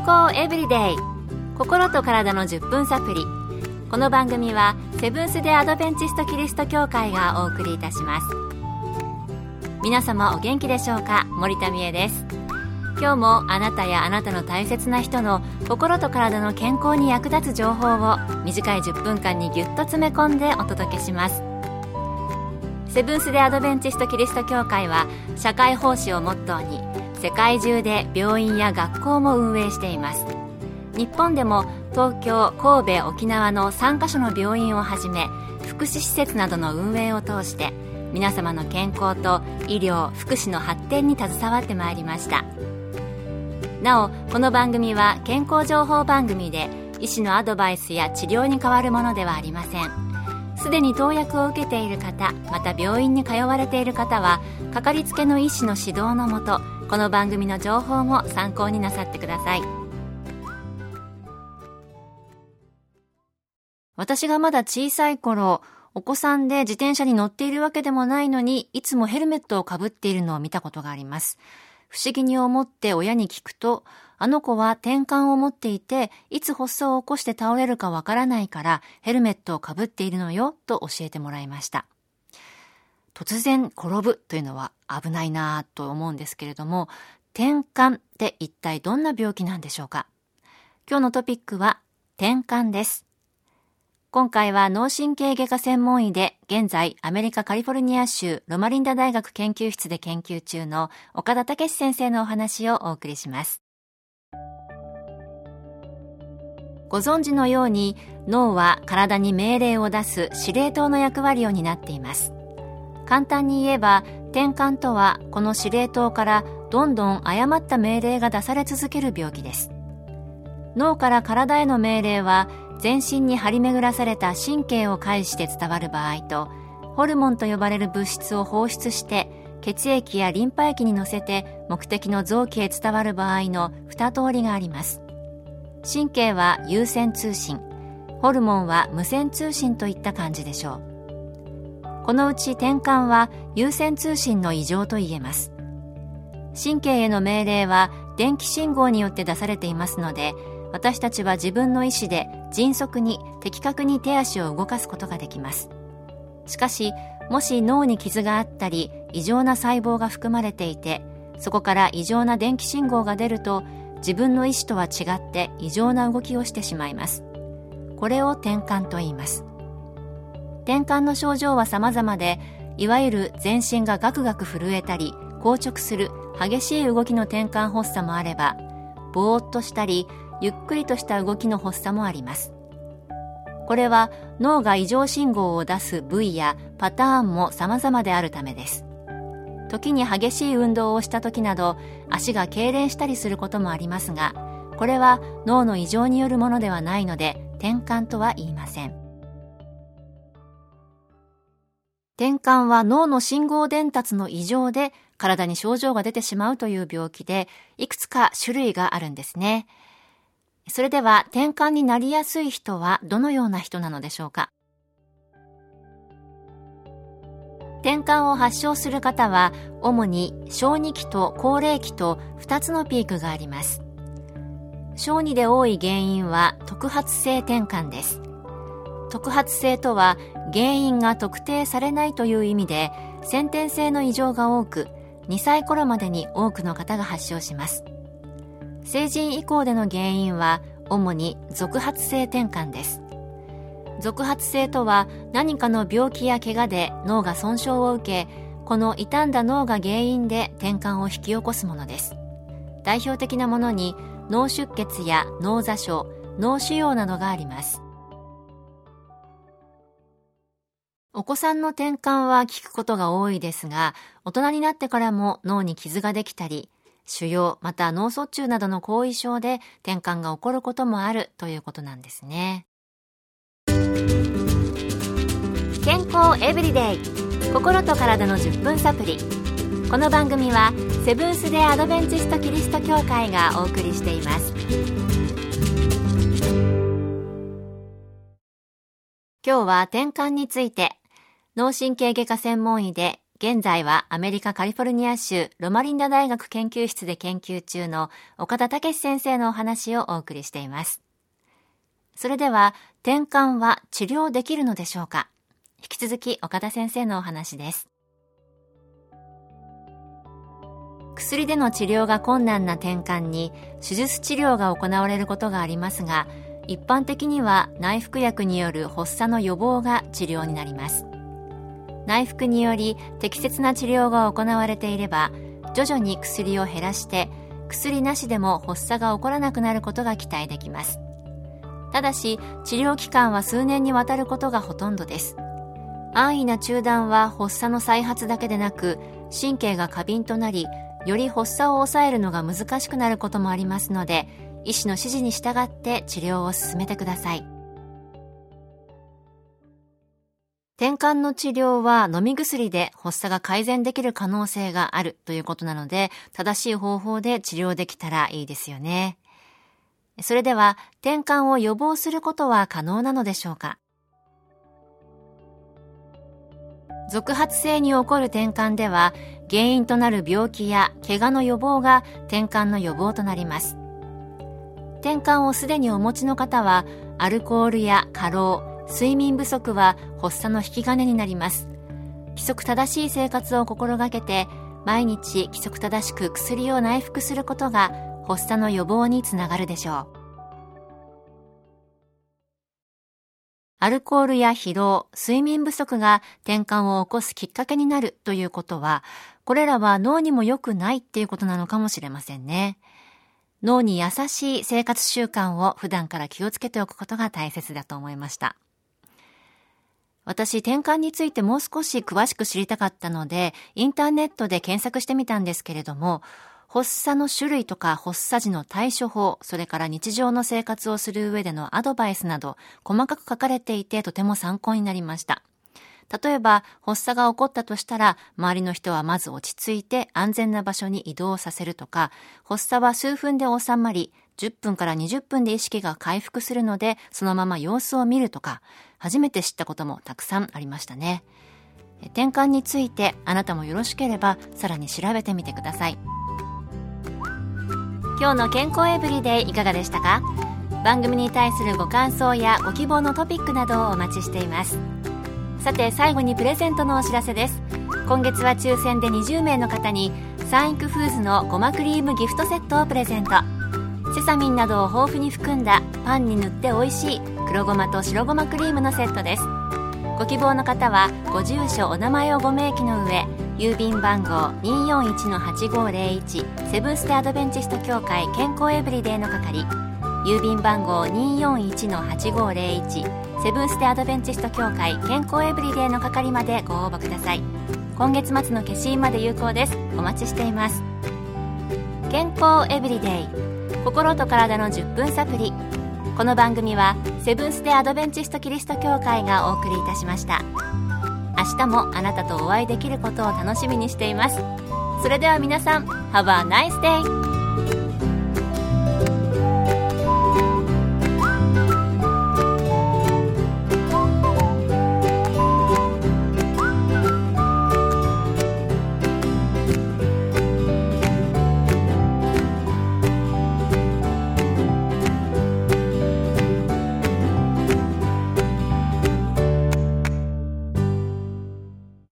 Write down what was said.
康エブリデイ、心と体の10分サプリ。この番組はセブンス・デ・アドベンチスト・キリスト教会がお送りいたします。皆様お元気でしょうか。森田美恵です。今日もあなたやあなたの大切な人の心と体の健康に役立つ情報を短い10分間にぎゅっと詰め込んでお届けします。セブンス・デ・アドベンチスト・キリスト教会は社会奉仕をモットーに世界中で病院や学校も運営しています。日本でも東京、神戸、沖縄の3カ所の病院をはじめ福祉施設などの運営を通して皆様の健康と医療・福祉の発展に携わってまいりました。なお、この番組は健康情報番組で医師のアドバイスや治療に代わるものではありません。すでに投薬を受けている方、また病院に通われている方はかかりつけの医師の指導のもと、この番組の情報も参考になさってください。私がまだ小さい頃、お子さんで自転車に乗っているわけでもないのに、いつもヘルメットをかぶっているのを見たことがあります。不思議に思って親に聞くと、あの子は転換を持っていて、いつ発作を起こして倒れるかわからないからヘルメットをかぶっているのよと教えてもらいました。突然転ぶというのは危ないなぁと思うんですけれども、転換って一体どんな病気なんでしょうか。今日のトピックは転換です。今回は脳神経外科専門医で現在アメリカカリフォルニア州ロマリンダ大学研究室で研究中の岡田武先生のお話をお送りします。ご存知のように脳は体に命令を出す司令塔の役割を担っています。簡単に言えば転換とはこの司令塔からどんどん誤った命令が出され続ける病気です。脳から体への命令は全身に張り巡らされた神経を介して伝わる場合と、ホルモンと呼ばれる物質を放出して血液やリンパ液に乗せて目的の臓器へ伝わる場合の2通りがあります。神経は有線通信、ホルモンは無線通信といった感じでしょう。このうち転換は有線通信の異常と言えます。神経への命令は電気信号によって出されていますので、私たちは自分の意思で迅速に的確に手足を動かすことができます。しかし、もし脳に傷があったり異常な細胞が含まれていて、そこから異常な電気信号が出ると、自分の意思とは違って異常な動きをしてしまいます。これを転換と言います。転換の症状は様々で、いわゆる全身がガクガク震えたり硬直する激しい動きの転換発作もあれば、ぼーっとしたりゆっくりとした動きの発作もあります。これは脳が異常信号を出す部位やパターンも様々であるためです。時に激しい運動をした時など足が痙攣したりすることもありますが、これは脳の異常によるものではないので転換とは言いません。転換は脳の信号伝達の異常で体に症状が出てしまうという病気で、いくつか種類があるんですね。それでは転換になりやすい人はどのような人なのでしょうか。転換を発症する方は主に小児期と高齢期と2つのピークがあります。小児で多い原因は特発性転換です。特発性とは原因が特定されないという意味で、先天性の異常が多く、2歳頃までに多くの方が発症します。成人以降での原因は主に続発性転換です。続発性とは何かの病気や怪我で脳が損傷を受け、この傷んだ脳が原因で転換を引き起こすものです。代表的なものに脳出血や脳挫傷、脳腫瘍などがあります。お子さんの転換は聞くことが多いですが、大人になってからも脳に傷ができたり、腫瘍また脳卒中などの後遺症で転換が起こることもあるということなんですね。健康エブリデイ、心と体の10分サプリ。この番組はセブンス・デ・アドベンチスト・キリスト教会がお送りしています。今日は転換について、脳神経外科専門医で現在はアメリカカリフォルニア州ロマリンダ大学研究室で研究中の岡田武先生のお話をお送りしています。それでは、てんかんは治療できるのでしょうか。引き続き岡田先生のお話です。薬での治療が困難なてんかんに手術治療が行われることがありますが、一般的には内服薬による発作の予防が治療になります。内服により適切な治療が行われていれば、徐々に薬を減らして薬なしでも発作が起こらなくなることが期待できます。ただし治療期間は数年にわたることがほとんどです。安易な中断は発作の再発だけでなく、神経が過敏となり、より発作を抑えるのが難しくなることもありますので、医師の指示に従って治療を進めてください。てんかんの治療は飲み薬で発作が改善できる可能性があるということなので、正しい方法で治療できたらいいですよね。それでは、てんかんを予防することは可能なのでしょうか。続発性に起こるてんかんでは、原因となる病気や怪我の予防がてんかんの予防となります。てんかんをすでにお持ちの方は、アルコールや過労、睡眠不足は発作の引き金になります。規則正しい生活を心がけて、毎日規則正しく薬を内服することが発作の予防につながるでしょう。アルコールや疲労、睡眠不足がてんかんを起こすきっかけになるということは、これらは脳にも良くないっていうことなのかもしれませんね。脳に優しい生活習慣を普段から気をつけておくことが大切だと思いました。私、てんかんについてもう少し詳しく知りたかったので、インターネットで検索してみたんですけれども、発作の種類とか発作時の対処法、それから日常の生活をする上でのアドバイスなど、細かく書かれていてとても参考になりました。例えば、発作が起こったとしたら、周りの人はまず落ち着いて安全な場所に移動させるとか、発作は数分で収まり、10分から20分で意識が回復するので、そのまま様子を見るとか、初めて知ったこともたくさんありましたね。てんかんについてあなたもよろしければ、さらに調べてみてください。今日の健康エブリデイいかがでしたか？番組に対するご感想やご希望のトピックなどをお待ちしています。さて最後にプレゼントのお知らせです。今月は抽選で20名の方にサンイクフーズのごまクリームギフトセットをプレゼント。セサミンなどを豊富に含んだパンに塗って美味しい黒ごまと白ごまクリームのセットです。ご希望の方はご住所お名前をご明記の上、郵便番号 241-8501 セブンステアドベンチスト協会健康エブリデイの係、郵便番号 241-8501 セブンステアドベンチスト協会健康エブリデイの係までご応募ください。今月末の消印まで有効です。お待ちしています。健康エブリデイ、心と体の10分サプリ。この番組はセブンステアドベンチストキリスト教会がお送りいたしました。明日もあなたとお会いできることを楽しみにしています。それでは皆さん、Have a nice day!